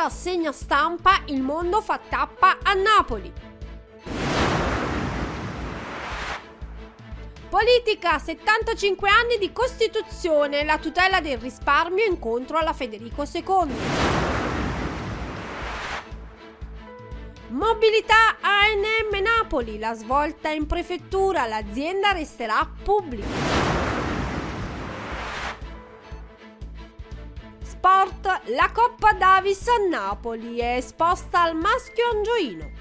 rassegna stampa Il mondo fa tappa a Napoli. Politica, 75 anni di Costituzione, la tutela del risparmio, incontro alla Federico II. Mobilità A&M Napoli, la svolta in prefettura, l'azienda resterà pubblica. Sport, la Coppa Davis a Napoli è esposta al maschio angioino.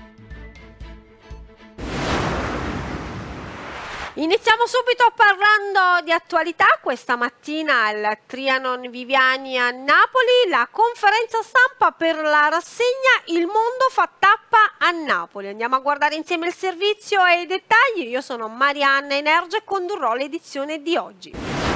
Iniziamo subito parlando di attualità. Questa mattina al Trianon Viviani a Napoli la conferenza stampa per la rassegna Il mondo fa tappa a Napoli. Andiamo a guardare insieme il servizio e i dettagli. Io sono Marianna Energia e condurrò l'edizione di oggi.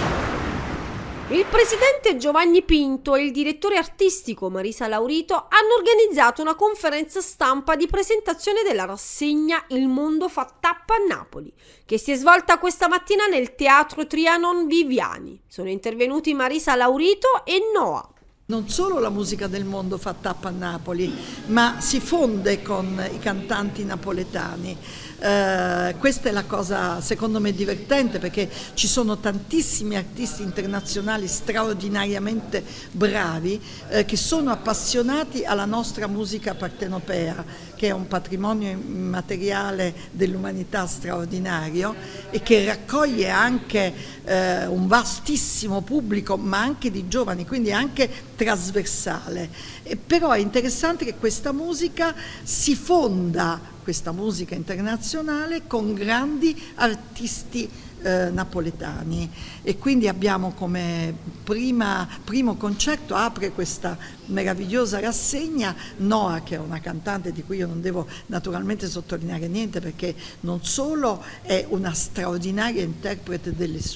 Il presidente Giovanni Pinto e il direttore artistico Marisa Laurito hanno organizzato una conferenza stampa di presentazione della rassegna Il mondo fa tappa a Napoli, che si è svolta questa mattina nel Teatro Trianon Viviani. Sono intervenuti Marisa Laurito e Noa. Non solo la musica del mondo fa tappa a Napoli, ma si fonde con i cantanti napoletani. Questa è la cosa secondo me divertente, perché ci sono tantissimi artisti internazionali straordinariamente bravi che sono appassionati alla nostra musica partenopea, che è un patrimonio immateriale dell'umanità straordinario e che raccoglie anche un vastissimo pubblico, ma anche di giovani, quindi anche trasversale. Però è interessante che questa musica si fonda, questa musica internazionale, con grandi artisti napoletani, e quindi abbiamo come primo concerto, apre questa meravigliosa rassegna Noa, che è una cantante di cui io non devo naturalmente sottolineare niente, perché non solo è una straordinaria interprete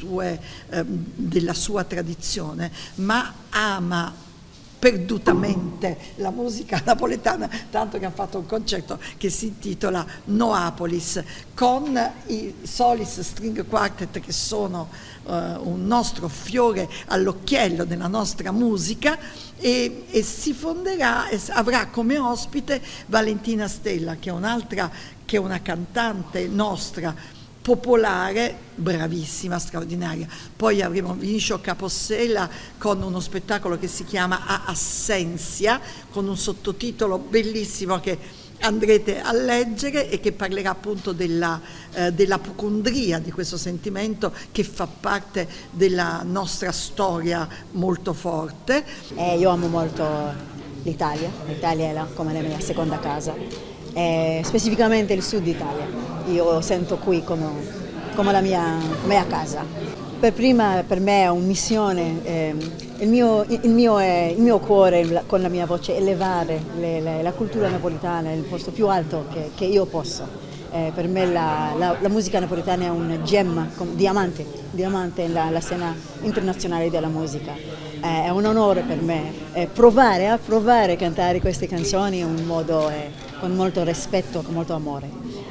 della sua tradizione, ma ama perdutamente la musica napoletana, tanto che ha fatto un concerto che si intitola Noapolis, con i Solis String Quartet, che sono un nostro fiore all'occhiello della nostra musica, e si fonderà, avrà come ospite Valentina Stella, che è una cantante nostra popolare, bravissima, straordinaria. Poi avremo Vinicio Capossela con uno spettacolo che si chiama A Assensia, con un sottotitolo bellissimo che andrete a leggere e che parlerà appunto dell'apocondria, di questo sentimento che fa parte della nostra storia molto forte. Io amo molto l'Italia è come la mia seconda casa. Specificamente il sud Italia, io sento qui come la mia casa. Per me è una missione, il mio cuore con la mia voce è elevare la cultura napolitana nel posto più alto che io posso. Per me la musica napoletana è un gemma, diamante nella scena internazionale della musica. È un onore per me provare a cantare queste canzoni in un modo con molto rispetto, con molto amore.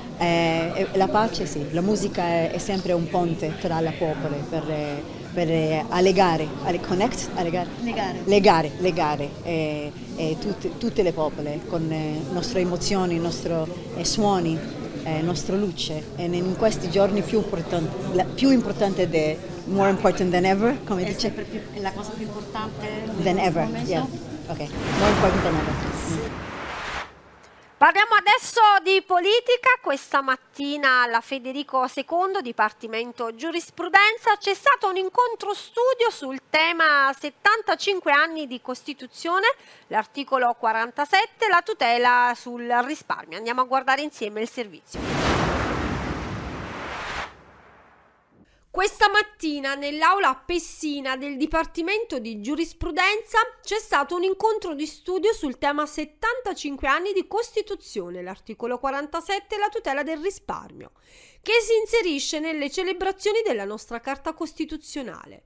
La pace, sì, la musica è sempre un ponte tra le popole per legare tutte le popole con le nostre emozioni, i nostri suoni, nostra luce. E in questi giorni più importante more important than ever, come dice? È la cosa più importante than ever, yeah. Okay. More important than ever. Parliamo adesso di politica. Questa mattina alla Federico II, Dipartimento Giurisprudenza, c'è stato un incontro studio sul tema 75 anni di Costituzione, l'articolo 47, la tutela sul risparmio. Andiamo a guardare insieme il servizio. Questa mattina nell'aula Pessina del Dipartimento di Giurisprudenza c'è stato un incontro di studio sul tema 75 anni di Costituzione, l'articolo 47 e la tutela del risparmio, che si inserisce nelle celebrazioni della nostra Carta Costituzionale.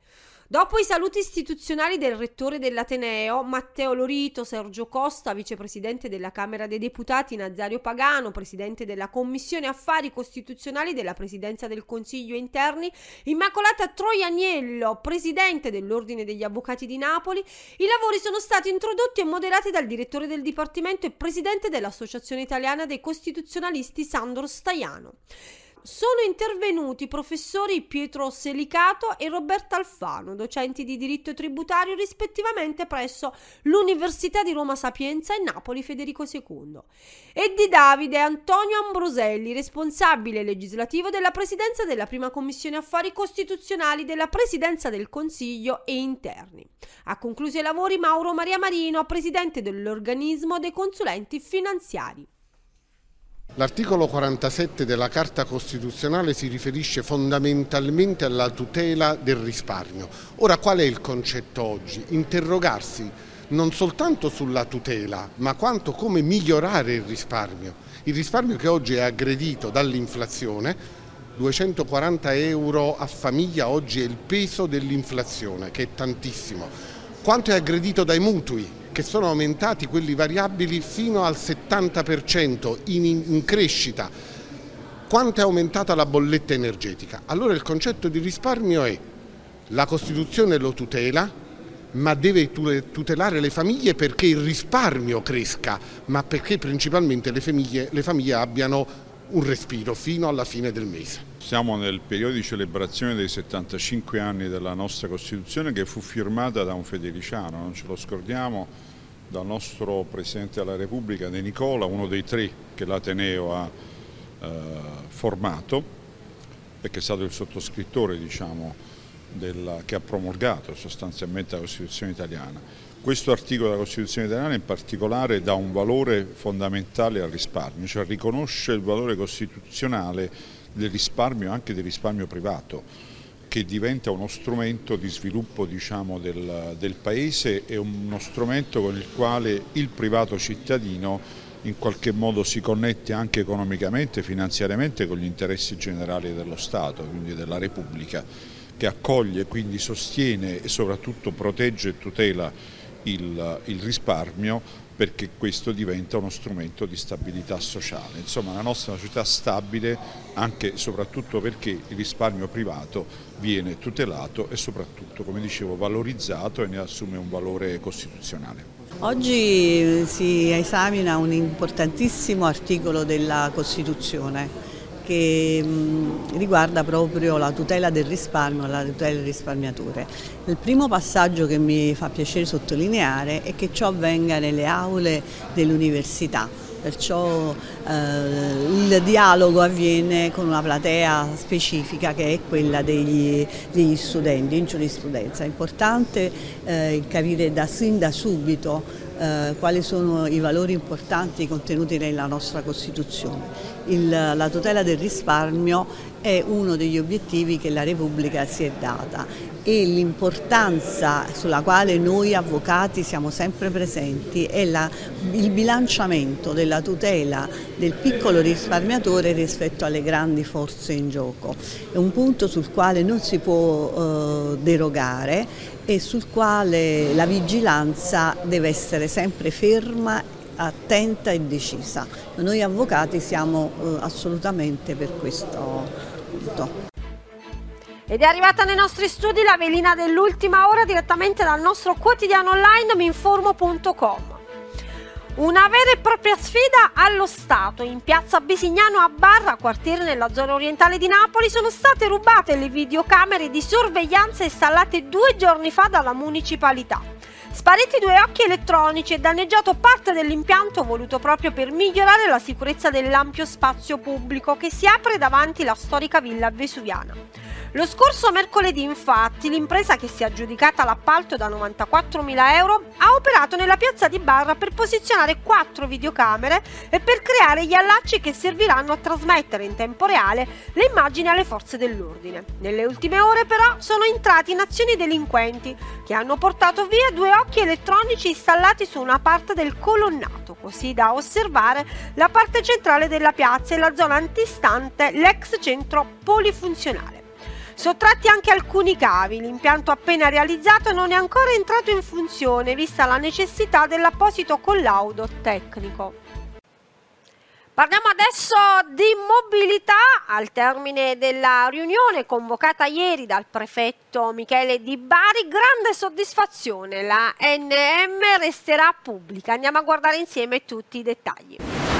Dopo i saluti istituzionali del rettore dell'Ateneo, Matteo Lorito, Sergio Costa, vicepresidente della Camera dei Deputati, Nazario Pagano, presidente della Commissione Affari Costituzionali della Presidenza del Consiglio Interni, Immacolata Troianiello, presidente dell'Ordine degli Avvocati di Napoli, i lavori sono stati introdotti e moderati dal direttore del Dipartimento e presidente dell'Associazione Italiana dei Costituzionalisti Sandro Staiano. Sono intervenuti i professori Pietro Selicato e Roberta Alfano, docenti di diritto tributario rispettivamente presso l'Università di Roma Sapienza e Napoli Federico II, e di Davide Antonio Ambroselli, responsabile legislativo della Presidenza della Prima Commissione Affari Costituzionali della Presidenza del Consiglio e Interni. Ha concluso i lavori Mauro Maria Marino, presidente dell'organismo dei consulenti finanziari. L'articolo 47 della Carta Costituzionale si riferisce fondamentalmente alla tutela del risparmio. Ora, qual è il concetto oggi? Interrogarsi non soltanto sulla tutela, ma quanto come migliorare il risparmio. Il risparmio che oggi è aggredito dall'inflazione, 240 euro a famiglia oggi è il peso dell'inflazione, che è tantissimo. Quanto è aggredito dai mutui, che sono aumentati quelli variabili fino al 70% in crescita. Quanto è aumentata la bolletta energetica? Allora il concetto di risparmio è: la Costituzione lo tutela, ma deve tutelare le famiglie perché il risparmio cresca, ma perché principalmente le famiglie abbiano un respiro fino alla fine del mese. Siamo nel periodo di celebrazione dei 75 anni della nostra Costituzione, che fu firmata da un federiciano, non ce lo scordiamo, dal nostro Presidente della Repubblica De Nicola, uno dei 3 che l'Ateneo ha formato e che è stato il sottoscrittore, diciamo, che ha promulgato sostanzialmente la Costituzione italiana. Questo articolo della Costituzione italiana in particolare dà un valore fondamentale al risparmio, cioè riconosce il valore costituzionale del risparmio, anche del risparmio privato, che diventa uno strumento di sviluppo, diciamo, del Paese e uno strumento con il quale il privato cittadino in qualche modo si connette anche economicamente, finanziariamente con gli interessi generali dello Stato, quindi della Repubblica, che accoglie, quindi sostiene e soprattutto protegge e tutela il risparmio, perché questo diventa uno strumento di stabilità sociale. Insomma, la nostra è una società stabile anche e soprattutto perché il risparmio privato viene tutelato e soprattutto, come dicevo, valorizzato e ne assume un valore costituzionale. Oggi si esamina un importantissimo articolo della Costituzione che riguarda proprio la tutela del risparmio, la tutela del risparmiatore. Il primo passaggio che mi fa piacere sottolineare è che ciò avvenga nelle aule dell'università, perciò il dialogo avviene con una platea specifica che è quella degli studenti in giurisprudenza. È importante capire sin da subito quali sono i valori importanti contenuti nella nostra Costituzione. La tutela del risparmio è uno degli obiettivi che la Repubblica si è data e l'importanza sulla quale noi avvocati siamo sempre presenti è il bilanciamento della tutela del piccolo risparmiatore rispetto alle grandi forze in gioco. È un punto sul quale non si può derogare e sul quale la vigilanza deve essere sempre ferma, attenta e decisa. Noi avvocati siamo assolutamente per questo punto. Ed è arrivata nei nostri studi la velina dell'ultima ora direttamente dal nostro quotidiano online minformo.com. Una vera e propria sfida allo Stato. In piazza Bisignano a Barra, quartiere nella zona orientale di Napoli, sono state rubate le videocamere di sorveglianza installate 2 giorni fa dalla municipalità. Spariti 2 occhi elettronici e danneggiato parte dell'impianto voluto proprio per migliorare la sicurezza dell'ampio spazio pubblico che si apre davanti la storica villa vesuviana. Lo scorso mercoledì, infatti, l'impresa che si è aggiudicata l'appalto da 94.000 euro ha operato nella piazza di Barra per posizionare 4 videocamere e per creare gli allacci che serviranno a trasmettere in tempo reale le immagini alle forze dell'ordine. Nelle ultime ore, però, sono entrati in azioni delinquenti che hanno portato via 2 occhi elettronici installati su una parte del colonnato, così da osservare la parte centrale della piazza e la zona antistante l'ex centro polifunzionale. Sottratti anche alcuni cavi, l'impianto appena realizzato non è ancora entrato in funzione, vista la necessità dell'apposito collaudo tecnico. Parliamo adesso di mobilità. Al termine della riunione convocata ieri dal prefetto Michele Di Bari, grande soddisfazione, la ANM resterà pubblica. Andiamo a guardare insieme tutti i dettagli.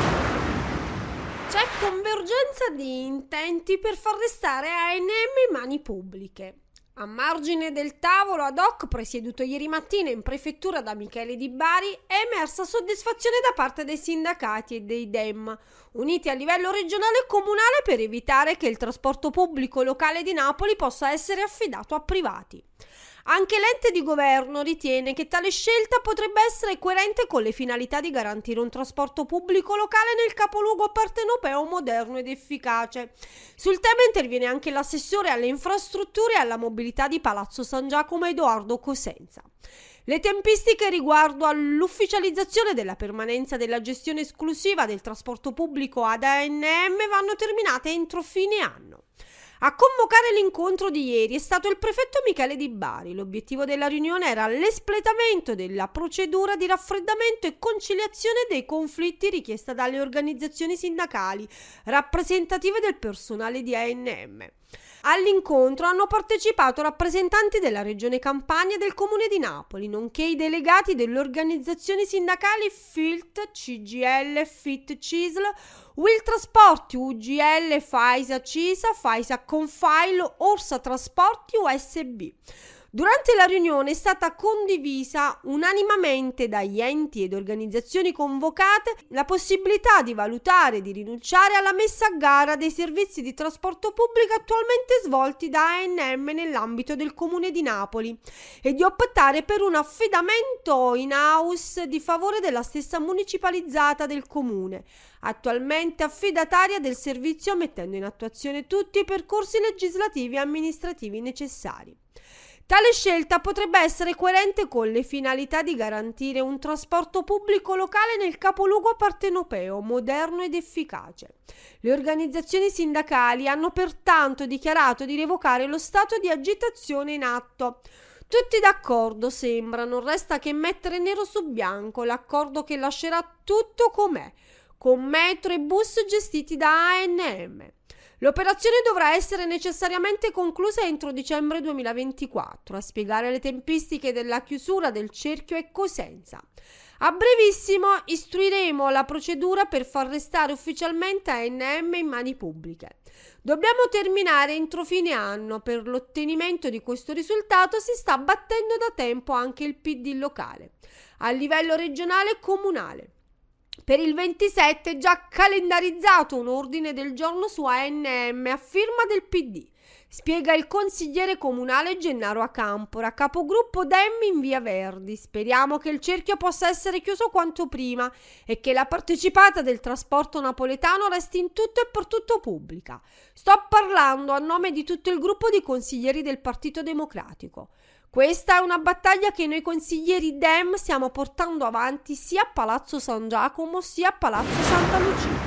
C'è convergenza di intenti per far restare ANM in mani pubbliche. A margine del tavolo ad hoc presieduto ieri mattina in prefettura da Michele Di Bari è emersa soddisfazione da parte dei sindacati e dei Dem, uniti a livello regionale e comunale per evitare che il trasporto pubblico locale di Napoli possa essere affidato a privati. Anche l'ente di governo ritiene che tale scelta potrebbe essere coerente con le finalità di garantire un trasporto pubblico locale nel capoluogo partenopeo moderno ed efficace. Sul tema interviene anche l'assessore alle infrastrutture e alla mobilità di Palazzo San Giacomo Edoardo Cosenza. Le tempistiche riguardo all'ufficializzazione della permanenza della gestione esclusiva del trasporto pubblico ad ANM vanno terminate entro fine anno. A convocare l'incontro di ieri è stato il prefetto Michele Di Bari. L'obiettivo della riunione era l'espletamento della procedura di raffreddamento e conciliazione dei conflitti richiesta dalle organizzazioni sindacali rappresentative del personale di ANM. All'incontro hanno partecipato rappresentanti della Regione Campania e del Comune di Napoli, nonché i delegati delle organizzazioni sindacali FILT, CGL, FIT, CISL, Will Trasporti, UGL, FAISA, CISA, FAISA Confail, Orsa Trasporti, USB. Durante la riunione è stata condivisa unanimemente dagli enti ed organizzazioni convocate la possibilità di valutare e di rinunciare alla messa a gara dei servizi di trasporto pubblico attualmente svolti da ANM nell'ambito del Comune di Napoli e di optare per un affidamento in-house di favore della stessa municipalizzata del Comune, attualmente affidataria del servizio, mettendo in attuazione tutti i percorsi legislativi e amministrativi necessari. Tale scelta potrebbe essere coerente con le finalità di garantire un trasporto pubblico locale nel capoluogo partenopeo, moderno ed efficace. Le organizzazioni sindacali hanno pertanto dichiarato di revocare lo stato di agitazione in atto. Tutti d'accordo sembrano, resta che mettere nero su bianco l'accordo che lascerà tutto com'è, con metro e bus gestiti da ANM. L'operazione dovrà essere necessariamente conclusa entro dicembre 2024. A spiegare le tempistiche della chiusura del cerchio è Cosenza. A brevissimo istruiremo la procedura per far restare ufficialmente ANM in mani pubbliche. Dobbiamo terminare entro fine anno. Per l'ottenimento di questo risultato si sta battendo da tempo anche il PD locale, a livello regionale e comunale. Per il 27 è già calendarizzato un ordine del giorno su ANM a firma del PD, spiega il consigliere comunale Gennaro Acampora, capogruppo Dem in Via Verdi. Speriamo che il cerchio possa essere chiuso quanto prima e che la partecipata del trasporto napoletano resti in tutto e per tutto pubblica. Sto parlando a nome di tutto il gruppo di consiglieri del Partito Democratico. Questa è una battaglia che noi consiglieri Dem stiamo portando avanti sia a Palazzo San Giacomo sia a Palazzo Santa Lucia.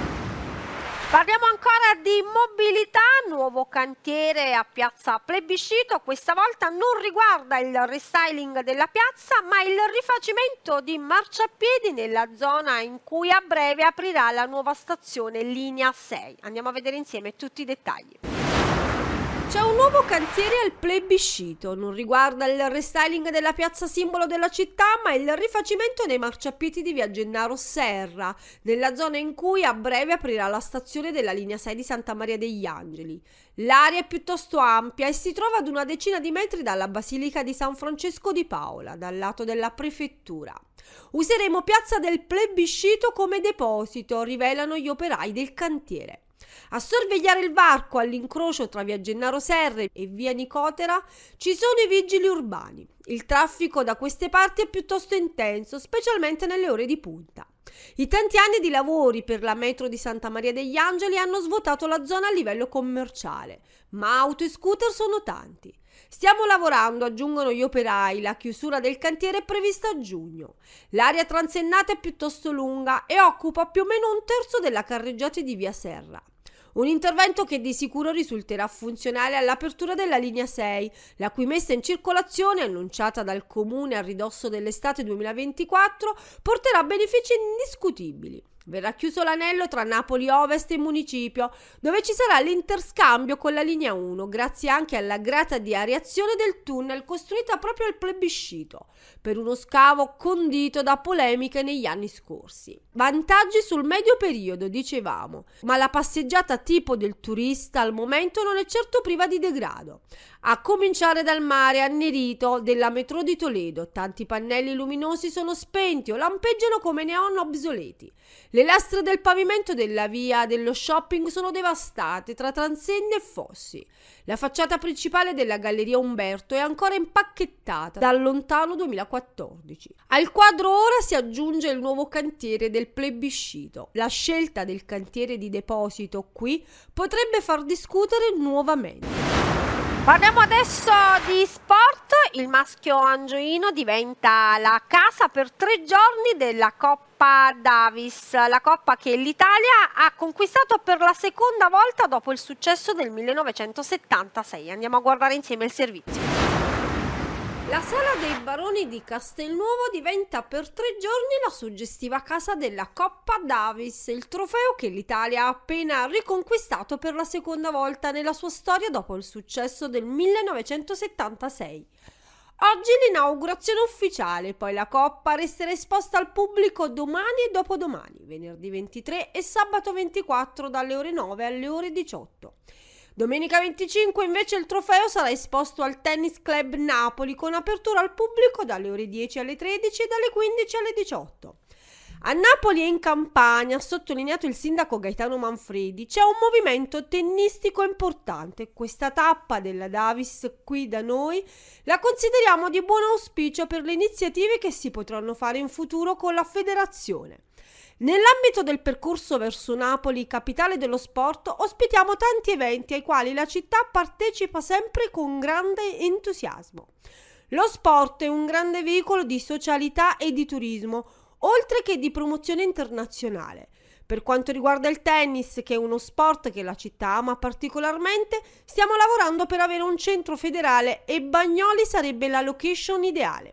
Parliamo ancora di mobilità, nuovo cantiere a Piazza Plebiscito. Questa volta non riguarda il restyling della piazza, ma il rifacimento di marciapiedi nella zona in cui a breve aprirà la nuova stazione Linea 6. Andiamo a vedere insieme tutti i dettagli. C'è un nuovo cantiere al Plebiscito, non riguarda il restyling della piazza simbolo della città, ma il rifacimento dei marciapiedi di via Gennaro Serra, nella zona in cui a breve aprirà la stazione della linea 6 di Santa Maria degli Angeli. L'area è piuttosto ampia e si trova ad una decina di metri dalla Basilica di San Francesco di Paola, dal lato della prefettura. Useremo piazza del Plebiscito come deposito, rivelano gli operai del cantiere. A sorvegliare il varco all'incrocio tra via Gennaro Serra e via Nicotera ci sono i vigili urbani. Il traffico da queste parti è piuttosto intenso, specialmente nelle ore di punta. I tanti anni di lavori per la metro di Santa Maria degli Angeli hanno svuotato la zona a livello commerciale, ma auto e scooter sono tanti. Stiamo lavorando, aggiungono gli operai, la chiusura del cantiere è prevista a giugno. L'area transennata è piuttosto lunga e occupa più o meno un terzo della carreggiata di via Serra. Un intervento che di sicuro risulterà funzionale all'apertura della linea 6, la cui messa in circolazione, annunciata dal Comune a ridosso dell'estate 2024, porterà benefici indiscutibili. Verrà chiuso l'anello tra Napoli Ovest e Municipio, dove ci sarà l'interscambio con la linea 1, grazie anche alla grata di areazione del tunnel costruita proprio al plebiscito, per uno scavo condito da polemiche negli anni scorsi. Vantaggi sul medio periodo, dicevamo, ma la passeggiata tipo del turista al momento non è certo priva di degrado. A cominciare dal mare annerito della metro di Toledo, tanti pannelli luminosi sono spenti o lampeggiano come neon obsoleti. Le lastre del pavimento della via dello shopping sono devastate tra transenne e fossi. La facciata principale della Galleria Umberto è ancora impacchettata dal lontano 2014. Al quadro ora si aggiunge il nuovo cantiere del plebiscito. La scelta del cantiere di deposito qui potrebbe far discutere nuovamente. Parliamo adesso di sport. Il maschio angioino diventa la casa per 3 giorni della Coppa Davis, la coppa che l'Italia ha conquistato per la seconda volta dopo il successo del 1976. Andiamo a guardare insieme il servizio. La sala dei Baroni di Castelnuovo diventa per 3 giorni la suggestiva casa della Coppa Davis, il trofeo che l'Italia ha appena riconquistato per la seconda volta nella sua storia dopo il successo del 1976. Oggi l'inaugurazione ufficiale, poi la Coppa resterà esposta al pubblico domani e dopodomani, venerdì 23 e sabato 24 dalle ore 9 alle ore 18. Domenica 25 invece il trofeo sarà esposto al Tennis Club Napoli con apertura al pubblico dalle ore 10 alle 13 e dalle 15 alle 18. A Napoli e in Campania, ha sottolineato il sindaco Gaetano Manfredi, c'è un movimento tennistico importante. Questa tappa della Davis qui da noi la consideriamo di buon auspicio per le iniziative che si potranno fare in futuro con la federazione. Nell'ambito del percorso verso Napoli, capitale dello sport, ospitiamo tanti eventi ai quali la città partecipa sempre con grande entusiasmo. Lo sport è un grande veicolo di socialità e di turismo, oltre che di promozione internazionale. Per quanto riguarda il tennis, che è uno sport che la città ama particolarmente, stiamo lavorando per avere un centro federale e Bagnoli sarebbe la location ideale.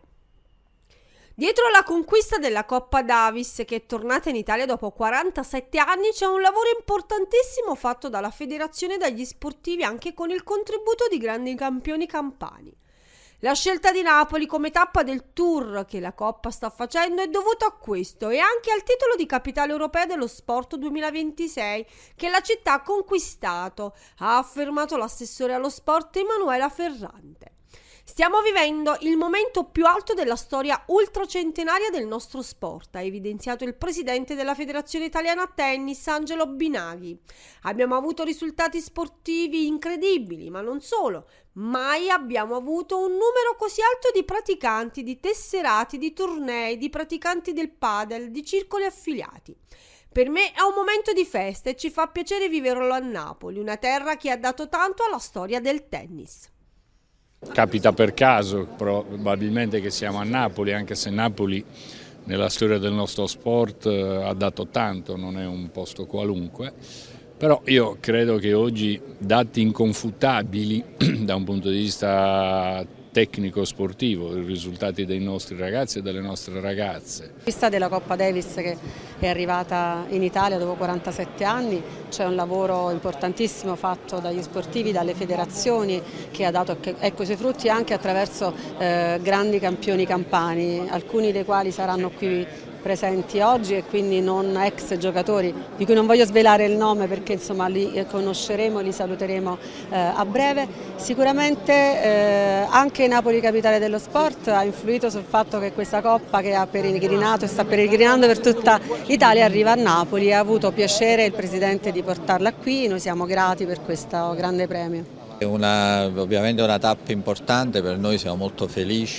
Dietro la conquista della Coppa Davis, che è tornata in Italia dopo 47 anni, c'è un lavoro importantissimo fatto dalla federazione e dagli sportivi, anche con il contributo di grandi campioni campani. La scelta di Napoli come tappa del tour che la Coppa sta facendo è dovuta a questo e anche al titolo di capitale europea dello sport 2026 che la città ha conquistato, ha affermato l'assessore allo sport Emanuela Ferrante. Stiamo vivendo il momento più alto della storia ultracentenaria del nostro sport, ha evidenziato il presidente della Federazione Italiana Tennis, Angelo Binaghi. Abbiamo avuto risultati sportivi incredibili, ma non solo. Mai abbiamo avuto un numero così alto di praticanti, di tesserati, di tornei, di praticanti del padel, di circoli affiliati. Per me è un momento di festa e ci fa piacere viverlo a Napoli, una terra che ha dato tanto alla storia del tennis. Capita per caso probabilmente che siamo a Napoli, anche se Napoli nella storia del nostro sport ha dato tanto, non è un posto qualunque, però io credo che oggi dati inconfutabili da un punto di vista tecnico sportivo, i risultati dei nostri ragazzi e delle nostre ragazze. Questa della Coppa Davis che è arrivata in Italia dopo 47 anni, c'è un lavoro importantissimo fatto dagli sportivi, dalle federazioni che ha dato ecco i suoi frutti anche attraverso grandi campioni campani, alcuni dei quali saranno qui presenti oggi e quindi non ex giocatori di cui non voglio svelare il nome perché insomma li conosceremo, li saluteremo a breve. Sicuramente anche Napoli capitale dello sport ha influito sul fatto che questa Coppa che ha peregrinato e sta peregrinando per tutta l'Italia arriva a Napoli e ha avuto piacere il Presidente di portarla qui, noi siamo grati per questo grande premio. È ovviamente una tappa importante, per noi siamo molto felici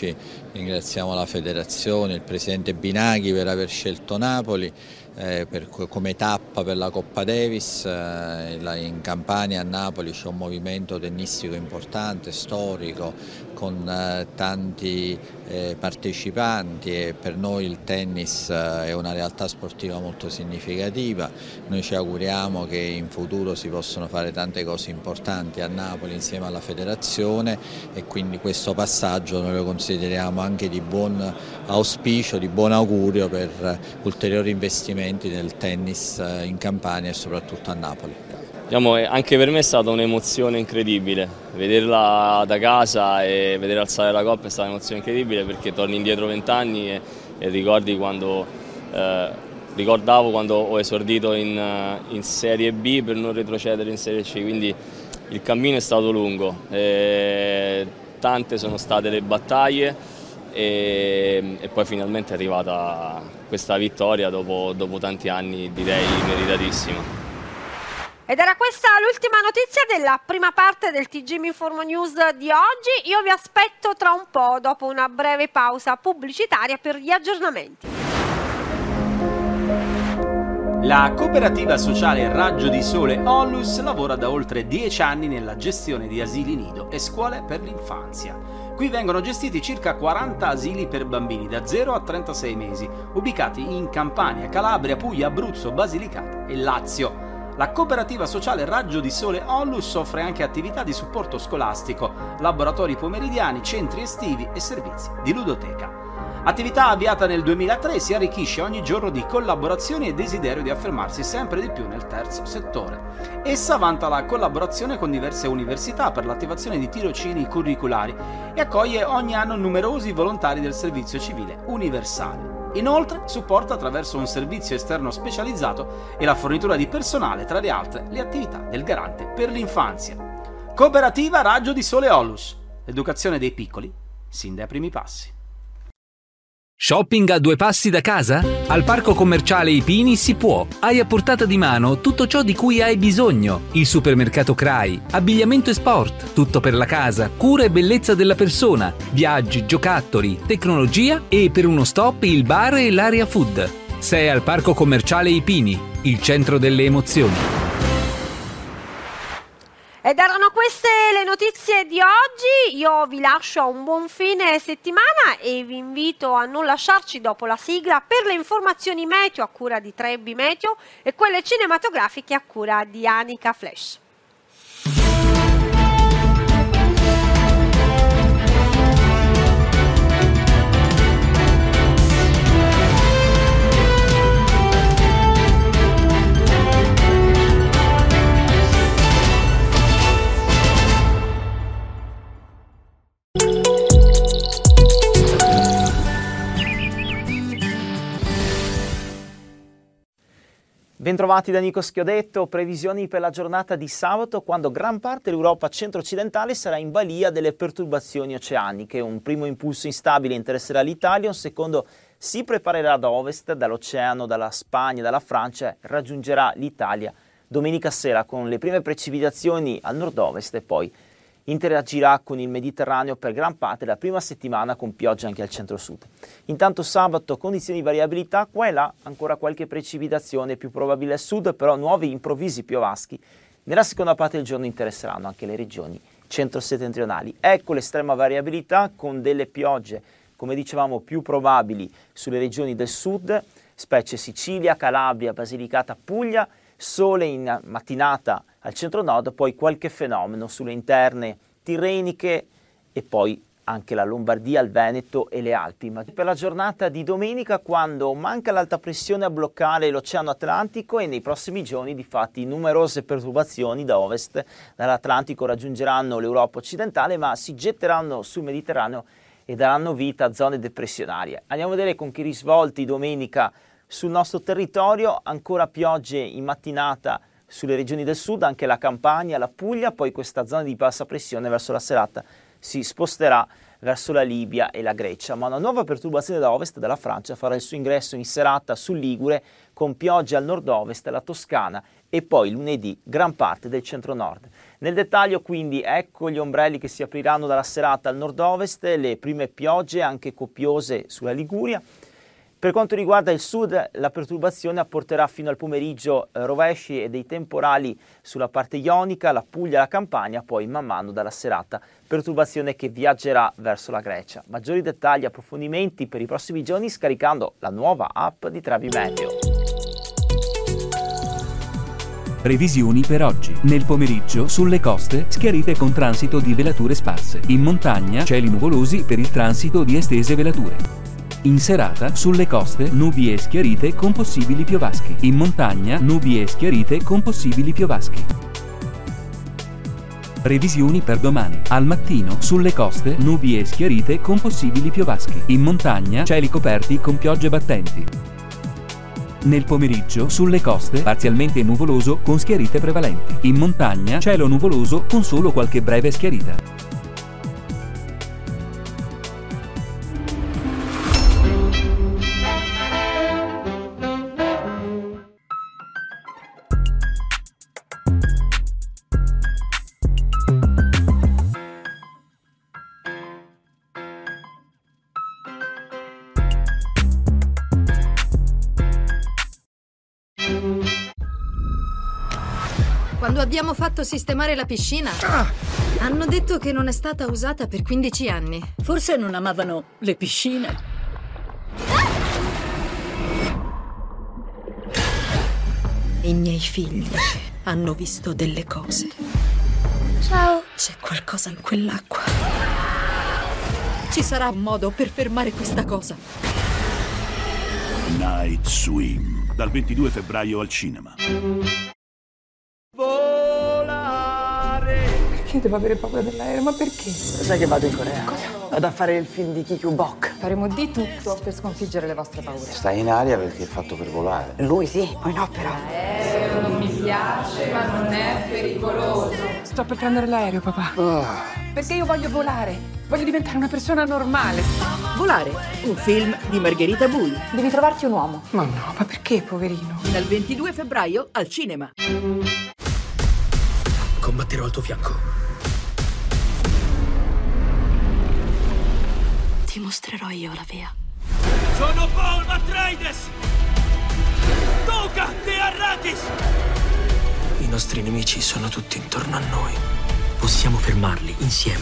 ringraziamo la federazione, il presidente Binaghi per aver scelto Napoli come tappa per la Coppa Davis. In Campania, a Napoli, c'è un movimento tennistico importante, storico, con tanti partecipanti, e per noi il tennis è una realtà sportiva molto significativa. Noi ci auguriamo che in futuro si possano fare tante cose importanti a Napoli insieme alla federazione, e quindi questo passaggio noi lo consideriamo anche di buon auspicio, di buon augurio per ulteriori investimenti nel tennis in Campania e soprattutto a Napoli. Anche per me è stata un'emozione incredibile, vederla da casa e vedere alzare la coppa è stata un'emozione incredibile, perché torni indietro 20 anni e ricordi ricordavo quando ho esordito in Serie B per non retrocedere in Serie C, quindi il cammino è stato lungo, tante sono state le battaglie e poi finalmente è arrivata questa vittoria dopo tanti anni, direi meritatissima. Ed era questa l'ultima notizia della prima parte del TG Mi Informo News di oggi. Io vi aspetto tra un po', dopo una breve pausa pubblicitaria, per gli aggiornamenti. La cooperativa sociale Raggio di Sole Onlus lavora da oltre 10 anni nella gestione di asili nido e scuole per l'infanzia. Qui vengono gestiti circa 40 asili per bambini da 0 a 36 mesi, ubicati in Campania, Calabria, Puglia, Abruzzo, Basilicata e Lazio. La cooperativa sociale Raggio di Sole Onlus offre anche attività di supporto scolastico, laboratori pomeridiani, centri estivi e servizi di ludoteca. Attività avviata nel 2003, si arricchisce ogni giorno di collaborazioni e desiderio di affermarsi sempre di più nel terzo settore. Essa vanta la collaborazione con diverse università per l'attivazione di tirocini curriculari e accoglie ogni anno numerosi volontari del servizio civile universale. Inoltre supporta attraverso un servizio esterno specializzato e la fornitura di personale, tra le altre, le attività del garante per l'infanzia. Cooperativa Raggio di Sole Onlus. L'educazione dei piccoli sin dai primi passi. Shopping a 2 passi da casa? Al Parco Commerciale I Pini si può. Hai a portata di mano tutto ciò di cui hai bisogno. Il supermercato CRAI, abbigliamento e sport, tutto per la casa, cura e bellezza della persona, viaggi, giocattoli, tecnologia e per uno stop il bar e l'area food. Sei al Parco Commerciale I Pini, il centro delle emozioni. Ed erano queste le notizie di oggi. Io vi lascio a un buon fine settimana e vi invito a non lasciarci dopo la sigla per le informazioni meteo a cura di Trebbi Meteo e quelle cinematografiche a cura di Anica Flash. Bentrovati da Nico Schiodetto, previsioni per la giornata di sabato, quando gran parte dell'Europa centro-occidentale sarà in balia delle perturbazioni oceaniche. Un primo impulso instabile interesserà l'Italia, un secondo si preparerà da ovest, dall'oceano, dalla Spagna, dalla Francia, raggiungerà l'Italia domenica sera con le prime precipitazioni al nord-ovest e poi interagirà con il Mediterraneo per gran parte della prima settimana, con pioggia anche al centro-sud. Intanto sabato condizioni di variabilità, qua e là ancora qualche precipitazione, più probabile al sud, però nuovi improvvisi piovaschi nella seconda parte del giorno interesseranno anche le regioni centro-settentrionali. Ecco l'estrema variabilità, con delle piogge, come dicevamo, più probabili sulle regioni del sud, specie Sicilia, Calabria, Basilicata, Puglia, sole in mattinata al centro-nord, poi qualche fenomeno sulle interne tirreniche e poi anche la Lombardia, il Veneto e le Alpi. Ma per la giornata di domenica, quando manca l'alta pressione a bloccare l'Oceano Atlantico, e nei prossimi giorni difatti numerose perturbazioni da ovest dall'Atlantico raggiungeranno l'Europa occidentale, ma si getteranno sul Mediterraneo e daranno vita a zone depressionarie. Andiamo a vedere con che risvolti domenica sul nostro territorio. Ancora piogge in mattinata sulle regioni del sud, anche la Campania, la Puglia, poi questa zona di bassa pressione verso la serata si sposterà verso la Libia e la Grecia, ma una nuova perturbazione da ovest dalla Francia farà il suo ingresso in serata sul Ligure, con piogge al nord-ovest, la Toscana e poi lunedì gran parte del centro-nord. Nel dettaglio quindi ecco gli ombrelli che si apriranno dalla serata al nord-ovest, le prime piogge anche copiose sulla Liguria. Per quanto riguarda il sud, la perturbazione apporterà fino al pomeriggio rovesci e dei temporali sulla parte ionica, la Puglia e la Campania, poi man mano dalla serata perturbazione che viaggerà verso la Grecia. Maggiori dettagli e approfondimenti per i prossimi giorni scaricando la nuova app di Travi Meteo. Previsioni per oggi. Nel pomeriggio sulle coste schiarite con transito di velature sparse. In montagna cieli nuvolosi per il transito di estese velature. In serata sulle coste nubi e schiarite con possibili piovaschi. In montagna nubi e schiarite con possibili piovaschi. Previsioni per domani. Al mattino sulle coste nubi e schiarite con possibili piovaschi. In montagna cieli coperti con piogge battenti. Nel pomeriggio sulle coste parzialmente nuvoloso con schiarite prevalenti. In montagna cielo nuvoloso con solo qualche breve schiarita. Quando abbiamo fatto sistemare la piscina, hanno detto che non è stata usata per 15 anni. Forse non amavano le piscine. I miei figli hanno visto delle cose. Ciao. C'è qualcosa in quell'acqua. Ci sarà un modo per fermare questa cosa. Night Swim, dal 22 febbraio al cinema. Perché devo avere paura dell'aereo? Ma perché? Sai che vado in Corea? Cosa? Vado a fare il film di Ki Kyu-bok. Faremo di tutto per sconfiggere le vostre paure. Stai in aria perché è fatto per volare. Lui sì, poi no però. L'aereo mi piace, ma non è pericoloso. Sto per prendere l'aereo, papà. Perché io voglio volare. Voglio diventare una persona normale. Volare, un film di Margherita Bui. Devi trovarti un uomo. Ma no, ma perché, poverino? Dal 22 febbraio al cinema. Combatterò al tuo fianco. Ti mostrerò io la via. Sono Paul Atreides! Toga de Arrakis! I nostri nemici sono tutti intorno a noi. Possiamo fermarli insieme.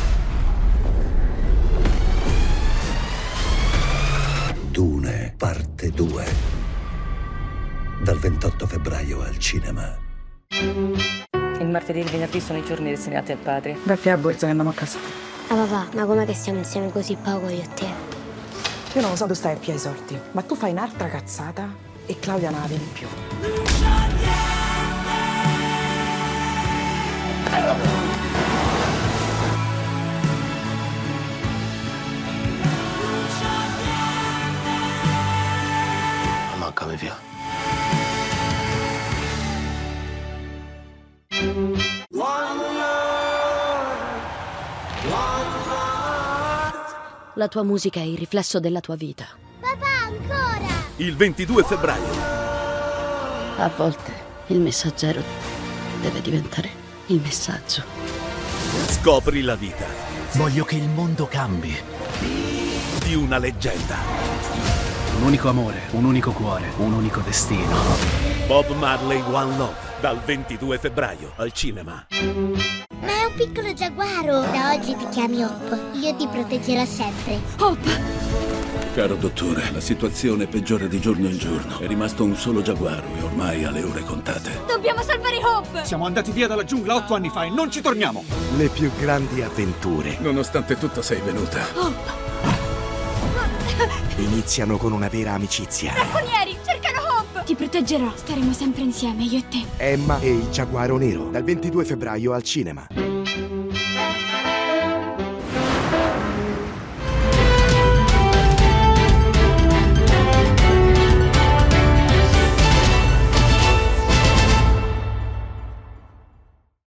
Dune, parte 2. Dal 28 febbraio al cinema. Il martedì e il venerdì sono i giorni destinati al padre. Datti a borsa che andiamo a casa. Papà, ma com'è che stiamo insieme così poco io e te? Io non so dove stai a piedi sorti, ma tu fai un'altra cazzata e Claudia non la vedi più. Mancami via. La tua musica è il riflesso della tua vita. Papà, ancora! Il 22 febbraio. A volte il messaggero deve diventare il messaggio. Scopri la vita Voglio che il mondo cambi. di una leggenda. Un unico amore, un unico cuore, un unico destino. Bob Marley One Love, dal 22 febbraio al cinema. Ma è un piccolo giaguaro! Da oggi ti chiami Hop. Io ti proteggerò sempre. Hop! Caro dottore, la situazione peggiora di giorno in giorno. È rimasto un solo giaguaro e ormai ha le ore contate. Dobbiamo salvare Hop! Siamo andati via dalla giungla 8 anni fa e non ci torniamo! Le più grandi avventure Nonostante tutto sei venuta. Hop! iniziano con una vera amicizia. Bracconieri, cercano Hop! Ti proteggerò, staremo sempre insieme, io e te. Emma e il giaguaro nero, dal 22 febbraio al cinema.